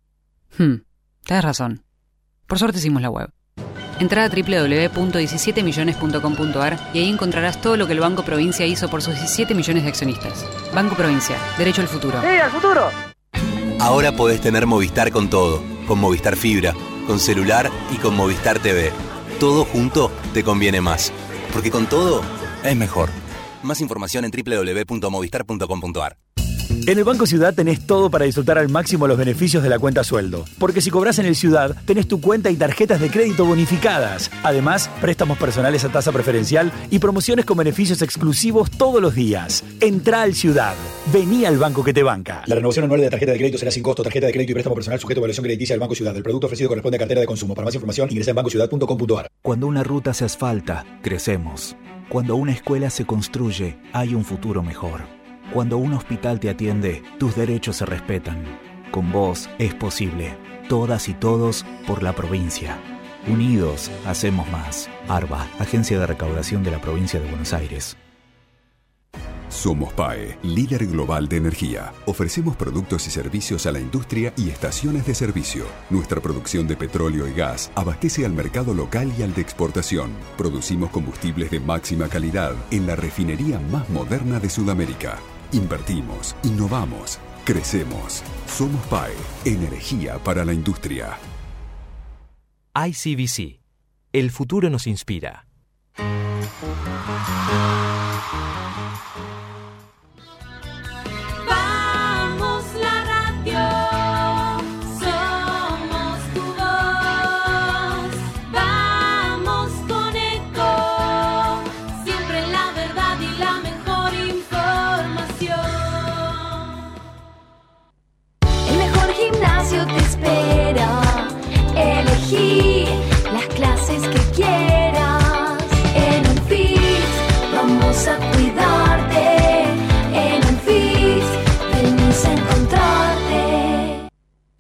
Tenés razón. Por suerte hicimos la web. Entrá a www.17millones.com.ar y ahí encontrarás todo lo que el Banco Provincia hizo por sus 17 millones de accionistas. Banco Provincia, derecho al futuro. ¡Sí, al futuro! Ahora podés tener Movistar con todo. Con Movistar Fibra, con celular y con Movistar TV. Todo junto te conviene más. Porque con todo es mejor. Más información en www.movistar.com.ar. En el Banco Ciudad tenés todo para disfrutar al máximo los beneficios de la cuenta sueldo. Porque si cobras en el Ciudad, tenés tu cuenta y tarjetas de crédito bonificadas. Además, préstamos personales a tasa preferencial y promociones con beneficios exclusivos todos los días. Entrá al Ciudad. Vení al banco que te banca. La renovación anual de la tarjeta de crédito será sin costo. Tarjeta de crédito y préstamo personal sujeto a evaluación crediticia del Banco Ciudad. El producto ofrecido corresponde a cartera de consumo. Para más información, ingresa en bancociudad.com.ar. Cuando una ruta se asfalta, crecemos. Cuando una escuela se construye, hay un futuro mejor. Cuando un hospital te atiende, tus derechos se respetan. Con vos es posible. Todas y todos por la provincia. Unidos, hacemos más. ARBA, Agencia de Recaudación de la Provincia de Buenos Aires. Somos PAE, líder global de energía. Ofrecemos productos y servicios a la industria y estaciones de servicio. Nuestra producción de petróleo y gas abastece al mercado local y al de exportación. Producimos combustibles de máxima calidad en la refinería más moderna de Sudamérica. Invertimos, innovamos, crecemos. Somos PAE, energía para la industria. ICBC. El futuro nos inspira. Vamos la radio, somos tu voz. Vamos con Eco, siempre la verdad y la mejor información. El mejor gimnasio te espera. Elegí las clases que quieras. En Unfit vamos a cuidarte. En Unfit venís a encontrarte.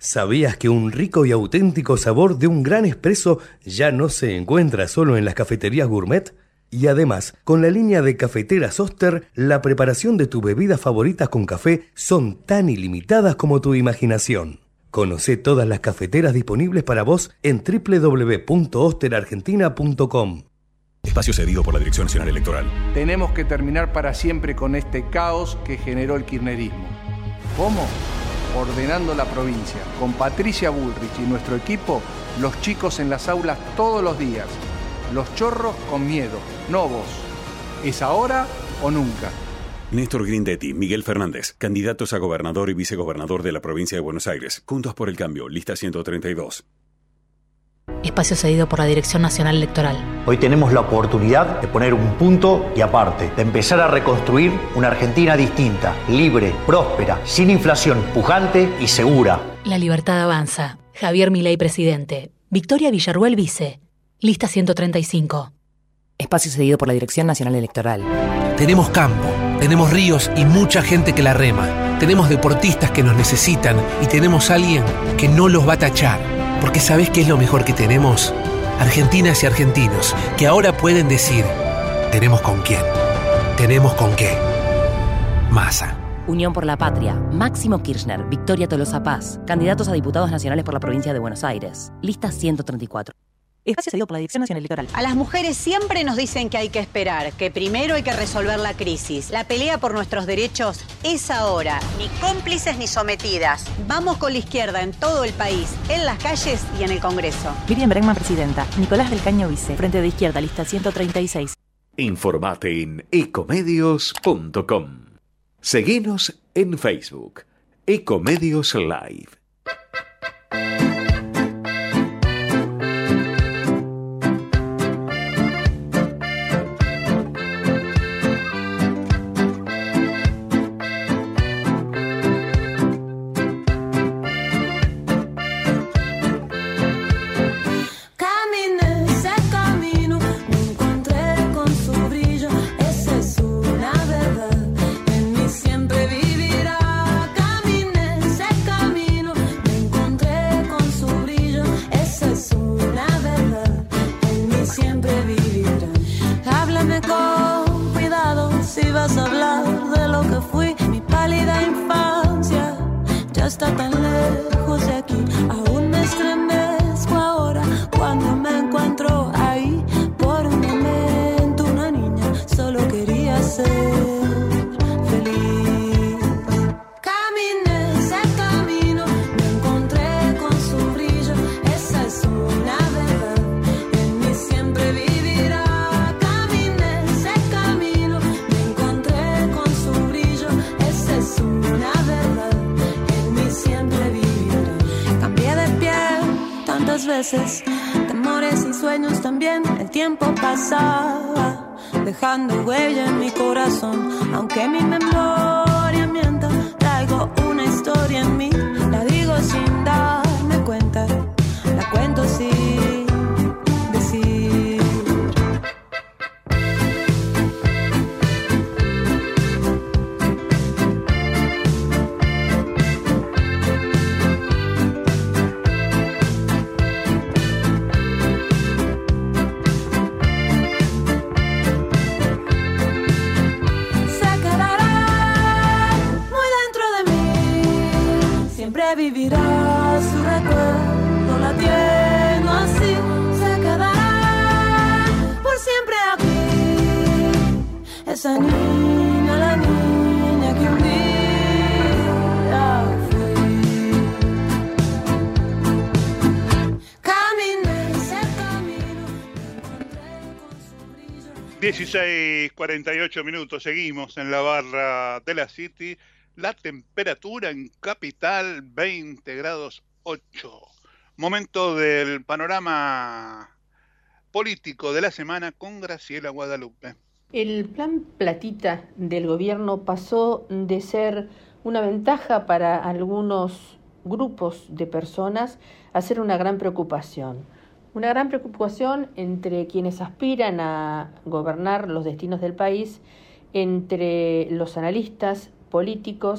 ¿Sabías que un rico y auténtico sabor de un gran espresso ya no se encuentra solo en las cafeterías gourmet? Y además, con la línea de cafeteras Oster, la preparación de tus bebidas favoritas con café son tan ilimitadas como tu imaginación. Conocé todas las cafeteras disponibles para vos en www.osterargentina.com. Espacio cedido por la Dirección Nacional Electoral. Tenemos que terminar para siempre con este caos que generó el kirchnerismo. ¿Cómo? Ordenando la provincia. Con Patricia Bullrich y nuestro equipo, los chicos en las aulas todos los días. Los chorros con miedo, no vos. ¿Es ahora o nunca? Néstor Grindetti, Miguel Fernández, candidatos a gobernador y vicegobernador de la provincia de Buenos Aires. Juntos por el Cambio, lista 132. Espacio cedido por la Dirección Nacional Electoral. Hoy tenemos la oportunidad de poner un punto y aparte, de empezar a reconstruir una Argentina distinta, libre, próspera, sin inflación, pujante y segura. La libertad avanza. Javier Milei, presidente. Victoria Villarruel, vice. Lista 135. Espacio cedido por la Dirección Nacional Electoral. Tenemos campo, tenemos ríos y mucha gente que la rema. Tenemos deportistas que nos necesitan y tenemos alguien que no los va a tachar. Porque ¿sabés qué es lo mejor que tenemos? Argentinas y argentinos que ahora pueden decir, tenemos con quién, tenemos con qué. Massa. Unión por la Patria, Máximo Kirchner, Victoria Tolosa Paz, candidatos a diputados nacionales por la provincia de Buenos Aires. Lista 134. Espacio cedido por la Dirección Nacional Electoral. A las mujeres siempre nos dicen que hay que esperar, que primero hay que resolver la crisis. La pelea por nuestros derechos es ahora. Ni cómplices ni sometidas. Vamos con la izquierda en todo el país, en las calles y en el Congreso. Miriam Bregman, presidenta. Nicolás del Caño, vice. Frente de Izquierda, lista 136. Informate en ecomedios.com. Seguinos en Facebook. Ecomedios Live. Está tan lejos de aquí, aún me estremezco ahora cuando me encuentro ahí. Por un momento una niña solo quería ser feliz. Caminé ese camino, me encontré con su brillo, esa es una verdad, en mí siempre vivirá. Caminé ese camino, me encontré con su brillo, esa es una verdad, siempre vivirá. Cambié de piel tantas veces, temores y sueños también. El tiempo pasaba, dejando huella en mi corazón. Aunque mi memoria mienta, traigo una historia en mí. La digo sin darme cuenta, la cuento sin decir. 16:48 minutos, seguimos en la barra de la City. La temperatura en Capital, 20 grados 8. Momento del panorama político de la semana con Graciela Guadalupe. El plan Platita del gobierno pasó de ser una ventaja para algunos grupos de personas a ser una gran preocupación. Una gran preocupación entre quienes aspiran a gobernar los destinos del país, entre los analistas políticos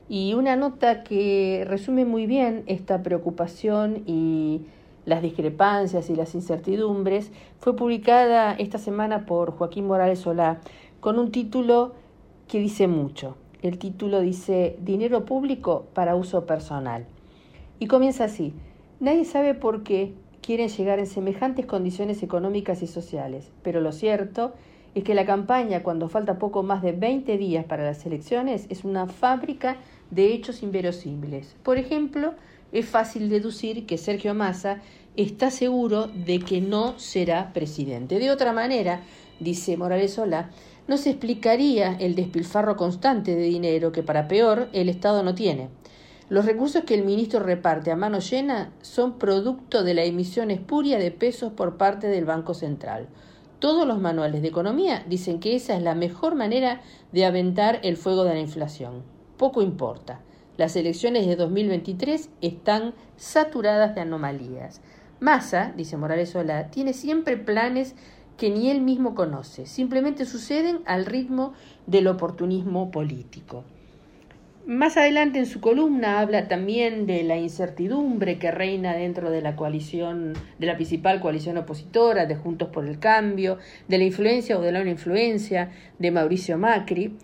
Y una nota que resume muy bien esta preocupación y las discrepancias y las incertidumbres fue publicada esta semana por Joaquín Morales Solá con un título que dice mucho. El título dice Dinero público para uso personal. Y comienza así. Nadie sabe por qué quieren llegar en semejantes condiciones económicas y sociales, pero lo cierto es que la campaña, cuando falta poco más de 20 días para las elecciones, es una fábrica de hechos inverosímiles. Por ejemplo, es fácil deducir que Sergio Massa está seguro de que no será presidente. De otra manera, dice Morales Solá, no se explicaría el despilfarro constante de dinero que, para peor, el Estado no tiene. Los recursos que el ministro reparte a mano llena son producto de la emisión espuria de pesos por parte del Banco Central. Todos los manuales de economía dicen que esa es la mejor manera de aventar el fuego de la inflación. Poco importa. Las elecciones de 2023 están saturadas de anomalías. Massa, dice Morales Solá, tiene siempre planes que ni él mismo conoce. Simplemente suceden al ritmo del oportunismo político. Más adelante en su columna habla también de la incertidumbre que reina dentro de la coalición, de la principal coalición opositora, de Juntos por el Cambio, de la influencia o de la no influencia de Mauricio Macri,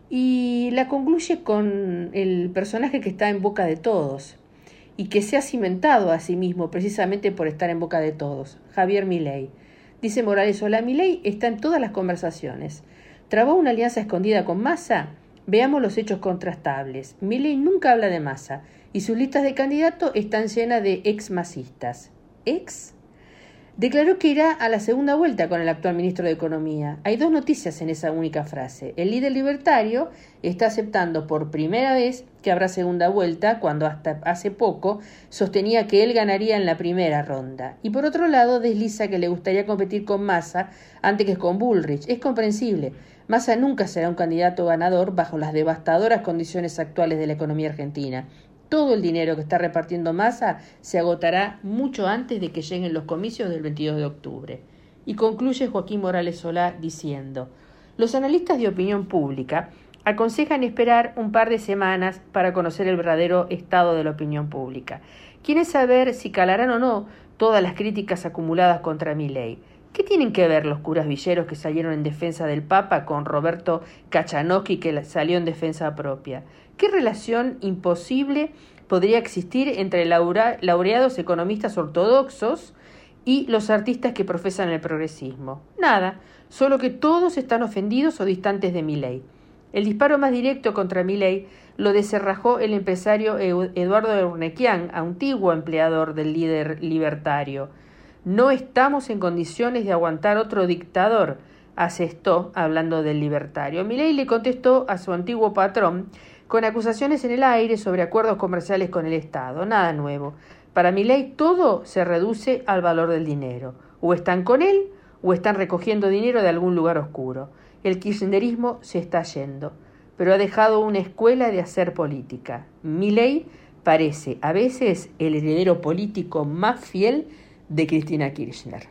y la concluye con el personaje que está en boca de todos y que se ha cimentado a sí mismo precisamente por estar en boca de todos, Javier Milei. Dice Morales Solá, Milei está en todas las conversaciones. ¿Trabó una alianza escondida con Massa? Veamos los hechos contrastables. Milei nunca habla de Massa y sus listas de candidatos están llenas de ex-masistas. ¿Ex? Declaró que irá a la segunda vuelta con el actual ministro de Economía. Hay dos noticias en esa única frase. El líder libertario está aceptando por primera vez que habrá segunda vuelta, cuando hasta hace poco sostenía que él ganaría en la primera ronda. Y por otro lado, desliza que le gustaría competir con Massa antes que con Bullrich. Es comprensible. Massa nunca será un candidato ganador bajo las devastadoras condiciones actuales de la economía argentina. Todo el dinero que está repartiendo Massa se agotará mucho antes de que lleguen los comicios del 22 de octubre. Y concluye Joaquín Morales Solá diciendo, los analistas de opinión pública aconsejan esperar un par de semanas para conocer el verdadero estado de la opinión pública. Quieren saber si calarán o no todas las críticas acumuladas contra Milei. ¿Qué tienen que ver los curas villeros que salieron en defensa del Papa con Roberto Kachanowski que salió en defensa propia? ¿Qué relación imposible podría existir entre laureados economistas ortodoxos y los artistas que profesan el progresismo? Nada, solo que todos están ofendidos o distantes de Milei. El disparo más directo contra Milei lo deserrajó el empresario Eduardo Urnequian, antiguo empleador del líder libertario. No estamos en condiciones de aguantar otro dictador, asestó hablando del libertario. Milei le contestó a su antiguo patrón con acusaciones en el aire sobre acuerdos comerciales con el Estado. Nada nuevo. Para Milei todo se reduce al valor del dinero. O están con él o están recogiendo dinero de algún lugar oscuro. El kirchnerismo se está yendo, pero ha dejado una escuela de hacer política. Milei parece a veces el heredero político más fiel de Cristina Kirchner.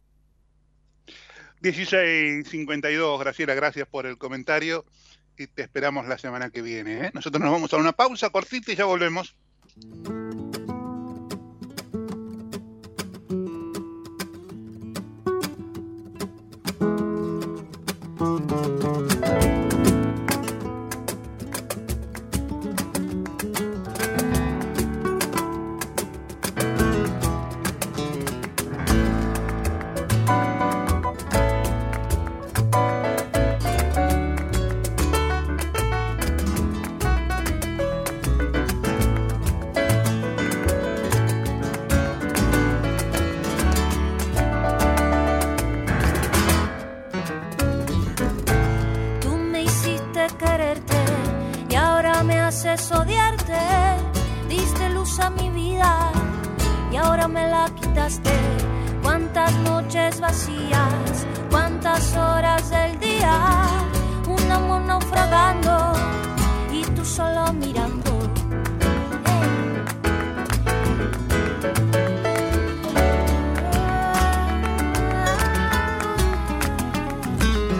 16:52, Graciela, gracias por el comentario y te esperamos la semana que viene, ¿eh? Nosotros nos vamos a una pausa cortita y ya volvemos. Odiarte, diste luz a mi vida y ahora me la quitaste. Cuántas noches vacías, cuántas horas del día, un amor naufragando y tú solo mirando.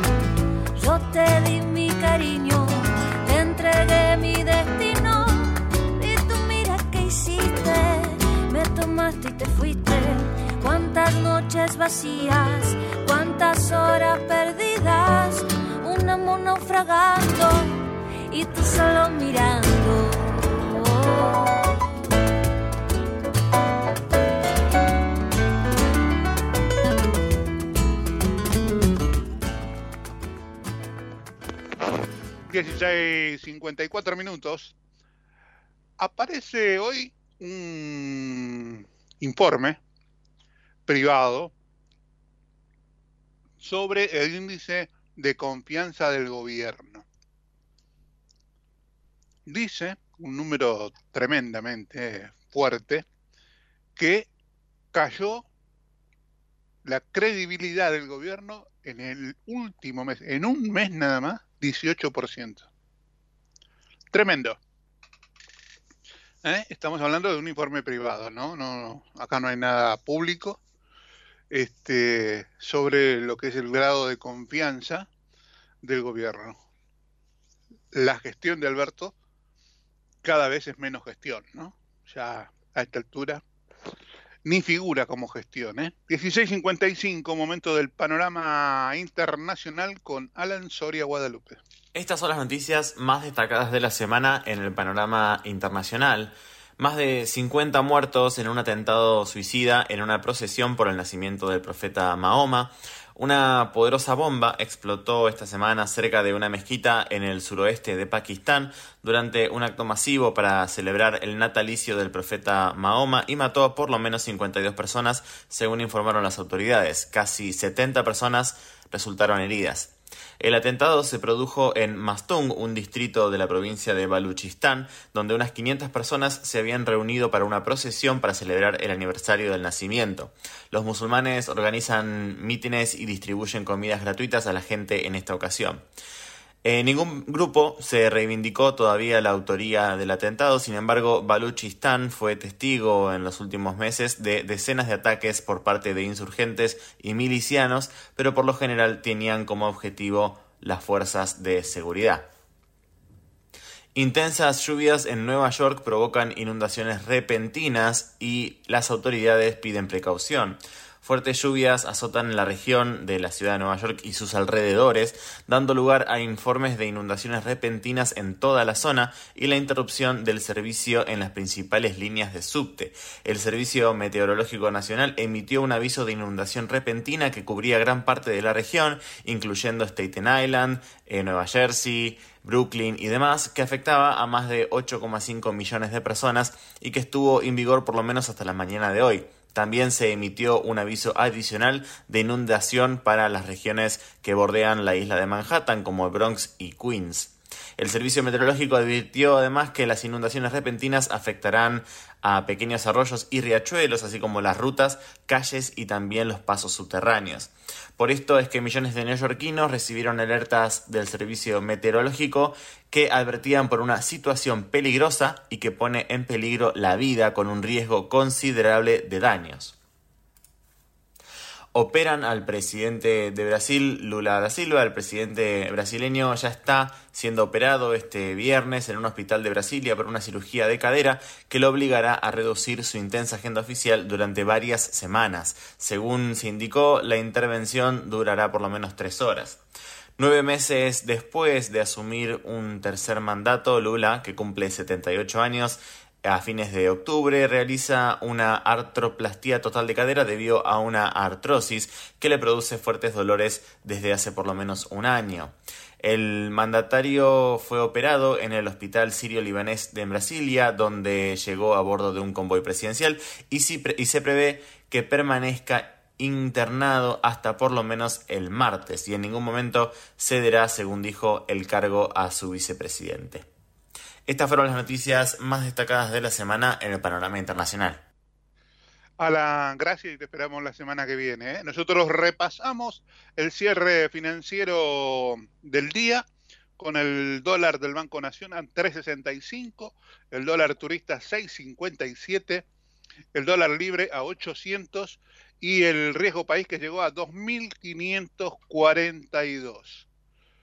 Yo te di mi cariño, te entregué mi destino y te fuiste. Cuántas noches vacías, cuántas horas perdidas. Un amor naufragando y tú solo mirando. 16:54 minutos. Aparece hoy un informe privado sobre el índice de confianza del gobierno. Dice, un número tremendamente fuerte, que cayó la credibilidad del gobierno en el último mes, en un mes nada más, 18%. Tremendo. Estamos hablando de un informe privado, ¿no? Acá no hay nada público sobre lo que es el grado de confianza del gobierno. La gestión de Alberto cada vez es menos gestión, ¿no? Ya a esta altura ni figura como gestión, 16:55, momento del panorama internacional con Alan Soria Guadalupe. Estas son las noticias más destacadas de la semana en el panorama internacional. Más de 50 muertos en un atentado suicida en una procesión por el nacimiento del profeta Mahoma. Una poderosa bomba explotó esta semana cerca de una mezquita en el suroeste de Pakistán durante un acto masivo para celebrar el natalicio del profeta Mahoma y mató a por lo menos 52 personas, según informaron las autoridades. Casi 70 personas resultaron heridas. El atentado se produjo en Mastung, un distrito de la provincia de Baluchistán, donde unas 500 personas se habían reunido para una procesión para celebrar el aniversario del nacimiento. Los musulmanes organizan mítines y distribuyen comidas gratuitas a la gente en esta ocasión. Ningún grupo se reivindicó todavía la autoría del atentado, sin embargo, Baluchistán fue testigo en los últimos meses de decenas de ataques por parte de insurgentes y milicianos, pero por lo general tenían como objetivo las fuerzas de seguridad. Intensas lluvias en Nueva York provocan inundaciones repentinas y las autoridades piden precaución. Fuertes lluvias azotan la región de la ciudad de Nueva York y sus alrededores, dando lugar a informes de inundaciones repentinas en toda la zona y la interrupción del servicio en las principales líneas de subte. El Servicio Meteorológico Nacional emitió un aviso de inundación repentina que cubría gran parte de la región, incluyendo Staten Island, Nueva Jersey, Brooklyn y demás, que afectaba a más de 8,5 millones de personas y que estuvo en vigor por lo menos hasta la mañana de hoy. También se emitió un aviso adicional de inundación para las regiones que bordean la isla de Manhattan, como el Bronx y Queens. El Servicio Meteorológico advirtió además que las inundaciones repentinas afectarán a pequeños arroyos y riachuelos, así como las rutas, calles y también los pasos subterráneos. Por esto es que millones de neoyorquinos recibieron alertas del servicio meteorológico que advertían por una situación peligrosa y que pone en peligro la vida con un riesgo considerable de daños. Operan al presidente de Brasil, Lula da Silva. El presidente brasileño ya está siendo operado este viernes en un hospital de Brasilia por una cirugía de cadera que lo obligará a reducir su intensa agenda oficial durante varias semanas. Según se indicó, la intervención durará por lo menos 3 horas. 9 meses después de asumir un tercer mandato, Lula, que cumple 78 años, a fines de octubre, realiza una artroplastía total de cadera debido a una artrosis que le produce fuertes dolores desde hace por lo menos un año. El mandatario fue operado en el Hospital Sirio-Libanés de Brasilia, donde llegó a bordo de un convoy presidencial y se prevé que permanezca internado hasta por lo menos el martes y en ningún momento cederá, según dijo, el cargo a su vicepresidente. Estas fueron las noticias más destacadas de la semana en el panorama internacional. Alan, gracias y te esperamos la semana que viene. Nosotros repasamos el cierre financiero del día con el dólar del Banco Nacional 3.65, el dólar turista 6.57, el dólar libre a 800 y el riesgo país que llegó a 2.542.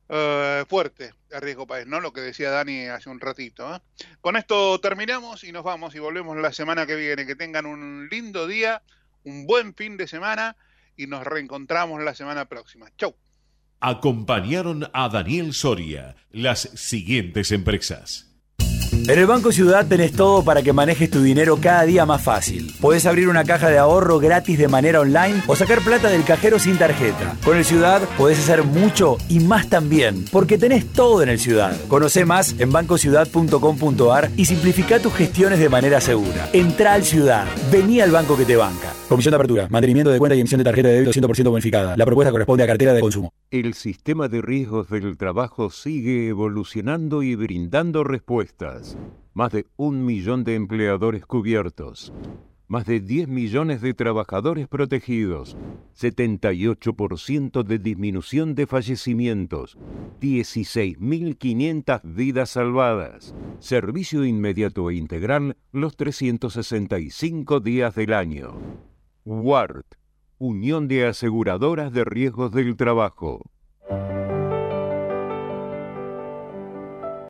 fuerte de Riesgo País, ¿no? Lo que decía Dani hace un ratito, ¿eh? Con esto terminamos y nos vamos y volvemos la semana que viene. Que tengan un lindo día, un buen fin de semana y nos reencontramos la semana próxima. Chau. Acompañaron a Daniel Soria las siguientes empresas. En el Banco Ciudad tenés todo para que manejes tu dinero cada día más fácil. Podés abrir una caja de ahorro gratis de manera online o sacar plata del cajero sin tarjeta. Con el Ciudad podés hacer mucho y más también, porque tenés todo en el Ciudad. Conocé más en bancociudad.com.ar y simplifica tus gestiones de manera segura. Entrá al Ciudad. Vení al banco que te banca. Comisión de apertura, mantenimiento de cuenta y emisión de tarjeta de débito 100% bonificada. La propuesta corresponde a cartera de consumo. El sistema de riesgos del trabajo sigue evolucionando y brindando respuestas. Más de 1 millón de empleadores cubiertos. Más de 10 millones de trabajadores protegidos. 78% de disminución de fallecimientos. 16.500 vidas salvadas. Servicio inmediato e integral los 365 días del año. WART, Unión de Aseguradoras de Riesgos del Trabajo.